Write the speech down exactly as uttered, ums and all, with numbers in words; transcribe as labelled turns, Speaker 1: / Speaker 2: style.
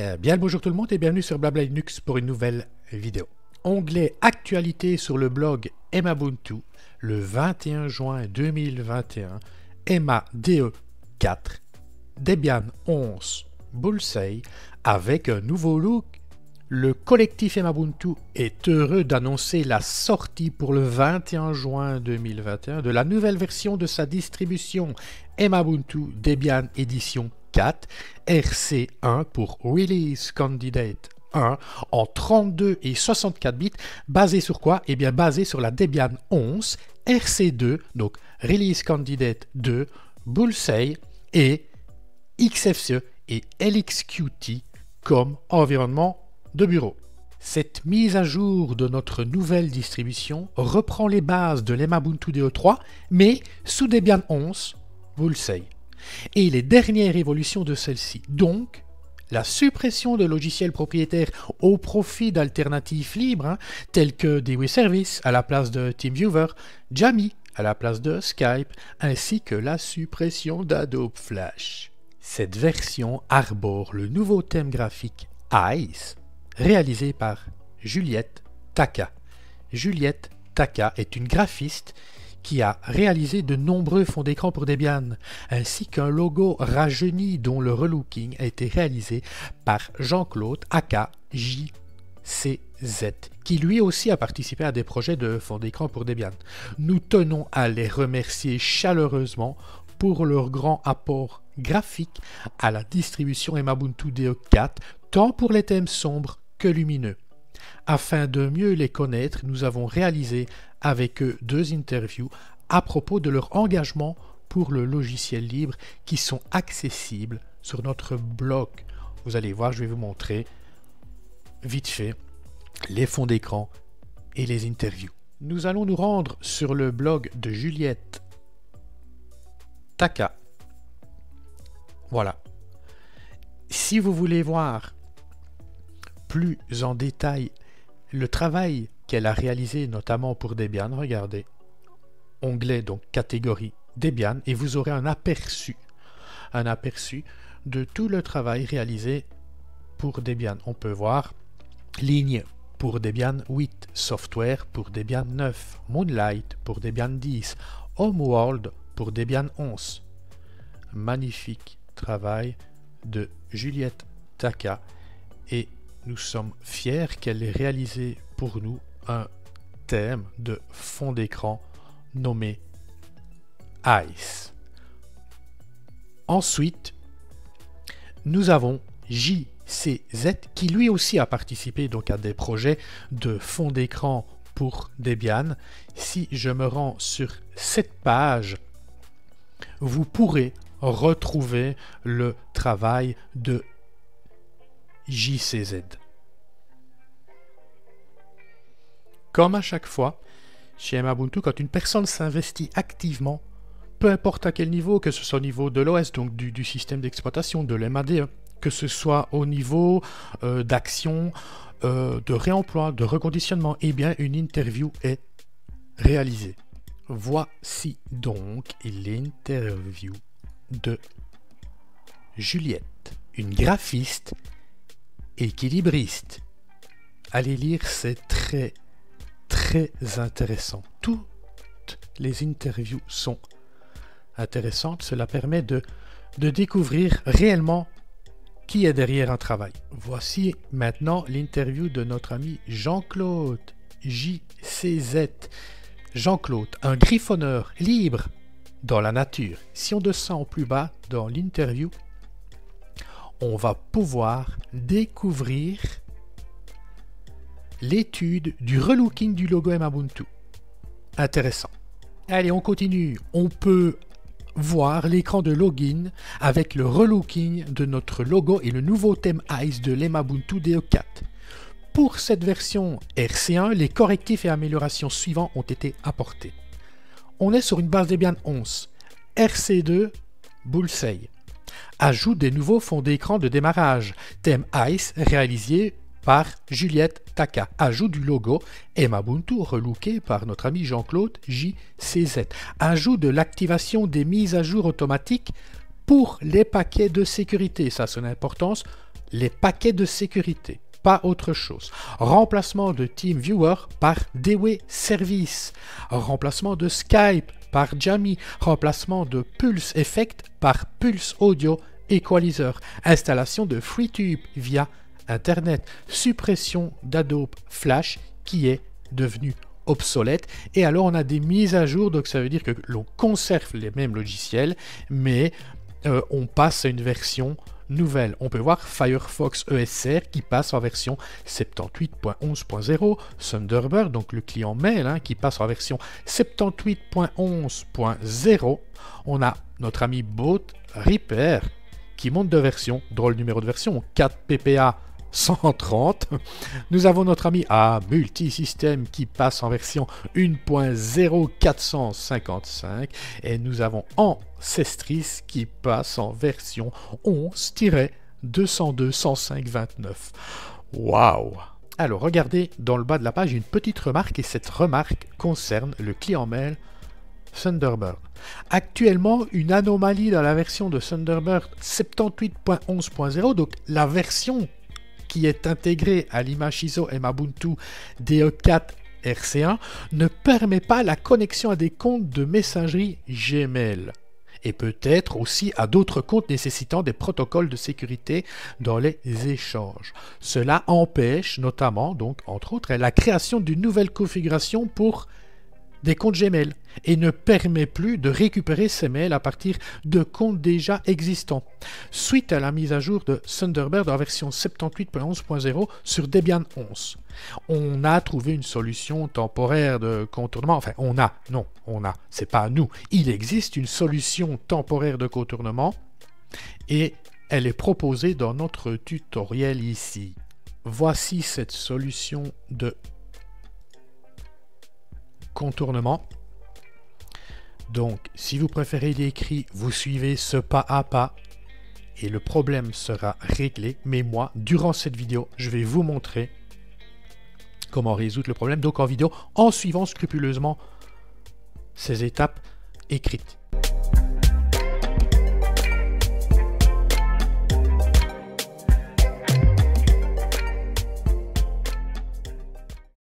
Speaker 1: Euh, bien le bonjour tout le monde et bienvenue sur Blabla Linux pour une nouvelle vidéo. Onglet Actualité sur le blog Emabuntu, le vingt et un juin deux mille vingt et un, Emma D E quatre, Debian onze, Bullseye, avec un nouveau look. Le collectif Emabuntu est heureux d'annoncer la sortie pour le vingt et un juin deux mille vingt et un de la nouvelle version de sa distribution Emabuntu Debian Edition quatre R C un pour Release Candidate un en trente-deux et soixante-quatre bits, basé sur quoi? Eh bien basé sur la Debian onze, R C deux, donc Release Candidate deux, Bullseye et X F C E et L X Q T comme environnement de bureau. Cette mise à jour de notre nouvelle distribution reprend les bases de l'Emabuntu D E trois, mais sous Debian onze, Bullseye, et les dernières évolutions de celle-ci, donc la suppression de logiciels propriétaires au profit d'alternatives libres, hein, telles que D W Service à la place de TeamViewer, Jammy à la place de Skype, ainsi que la suppression d'Adobe Flash. Cette version arbore le nouveau thème graphique Ice, réalisé par Juliette Taka. Juliette Taka est une graphiste qui a réalisé de nombreux fonds d'écran pour Debian, ainsi qu'un logo rajeuni dont le relooking a été réalisé par Jean-Claude aka J C Z, qui lui aussi a participé à des projets de fonds d'écran pour Debian. Nous tenons à les remercier chaleureusement pour leur grand apport graphique à la distribution Emabuntu D E quatre, tant pour les thèmes sombres que lumineux. Afin de mieux les connaître, nous avons réalisé avec eux deux interviews à propos de leur engagement pour le logiciel libre qui sont accessibles sur notre blog. Vous allez voir, je vais vous montrer vite fait les fonds d'écran et les interviews. Nous allons nous rendre sur le blog de Juliette Taka. Voilà. Si vous voulez voir plus en détail le travail qu'elle a réalisé notamment pour Debian, regardez, onglet donc catégorie Debian, et vous aurez un aperçu, un aperçu de tout le travail réalisé pour Debian. On peut voir ligne pour Debian huit, Software pour Debian neuf, Moonlight pour Debian dix, Homeworld pour Debian onze. Magnifique travail de Juliette Taka, et nous sommes fiers qu'elle ait réalisé pour nous un thème de fond d'écran nommé Ice. Ensuite, nous avons J C Z qui lui aussi a participé donc à des projets de fond d'écran pour Debian. Si je me rends sur cette page, vous pourrez retrouver le travail de J C Z. Comme à chaque fois, chez Emabuntu, quand une personne s'investit activement, peu importe à quel niveau, que ce soit au niveau de l'O S, donc du, du système d'exploitation, de l'M A D E, que ce soit au niveau euh, d'action, euh, de réemploi, de reconditionnement, eh bien une interview est réalisée. Voici donc l'interview de Juliette, une graphiste équilibriste. Allez lire, c'est très très intéressant. Toutes les interviews sont intéressantes. Cela permet de, de découvrir réellement qui est derrière un travail. Voici maintenant l'interview de notre ami Jean-Claude J C Z. Jean-Claude, un griffonneur libre dans la nature. Si on descend plus bas dans l'interview, on va pouvoir découvrir l'étude du relooking du logo Emabuntu. Intéressant. Allez, on continue. On peut voir l'écran de login avec le relooking de notre logo et le nouveau thème Ice de l'Emabuntu D E quatre. Pour cette version R C un, les correctifs et améliorations suivants ont été apportés. On est sur une base Debian onze, R C deux, Bullseye. Ajout des nouveaux fonds d'écran de démarrage, thème Ice réalisé par Juliette Taka. Ajout du logo Emabuntu relooké par notre ami Jean-Claude J C Z. Ajout de l'activation des mises à jour automatiques pour les paquets de sécurité. Ça a son importance. les paquets de sécurité, pas autre chose. Remplacement de TeamViewer par Dewey Service. Remplacement de Skype par Jammy. Remplacement de Pulse Effect par Pulse Audio Equalizer. Installation de FreeTube via Internet. Suppression d'Adobe Flash qui est devenu obsolète. Et alors on a des mises à jour, donc ça veut dire que l'on conserve les mêmes logiciels, mais euh, on passe à une version nouvelle. On peut voir Firefox E S R qui passe en version soixante-dix-huit point onze point zéro, Thunderbird, donc le client mail, hein, qui passe en version soixante-dix-huit point onze point zéro. On a notre ami Boat Repair qui monte de version, drôle numéro de version, quatre P P A cent trente. Nous avons notre ami A Multisystem qui passe en version un point zéro quatre cent cinquante-cinq et nous avons Ancestris qui passe en version onze deux cent deux point cent cinq point vingt-neuf. Waouh! Alors regardez dans le bas de la page une petite remarque et cette remarque concerne le client mail Thunderbird. Actuellement, une anomalie dans la version de Thunderbird soixante-dix-huit point onze point zéro, donc la version qui est intégrée à l'image I S O Mabuntu D E quatre R C un, ne permet pas la connexion à des comptes de messagerie Gmail. Et peut-être aussi à d'autres comptes nécessitant des protocoles de sécurité dans les échanges. Cela empêche notamment, donc entre autres, la création d'une nouvelle configuration pour des comptes Gmail et ne permet plus de récupérer ces mails à partir de comptes déjà existants. Suite à la mise à jour de Thunderbird en version soixante-dix-huit point onze point zéro sur Debian onze, on a trouvé une solution temporaire de contournement. Enfin, on a, non, on a, c'est pas nous. Il existe une solution temporaire de contournement et elle est proposée dans notre tutoriel ici. Voici cette solution de contournement. Donc, si vous préférez l'écrit, vous suivez ce pas à pas et le problème sera réglé. Mais moi, durant cette vidéo, je vais vous montrer comment résoudre le problème, donc en vidéo, en suivant scrupuleusement ces étapes écrites.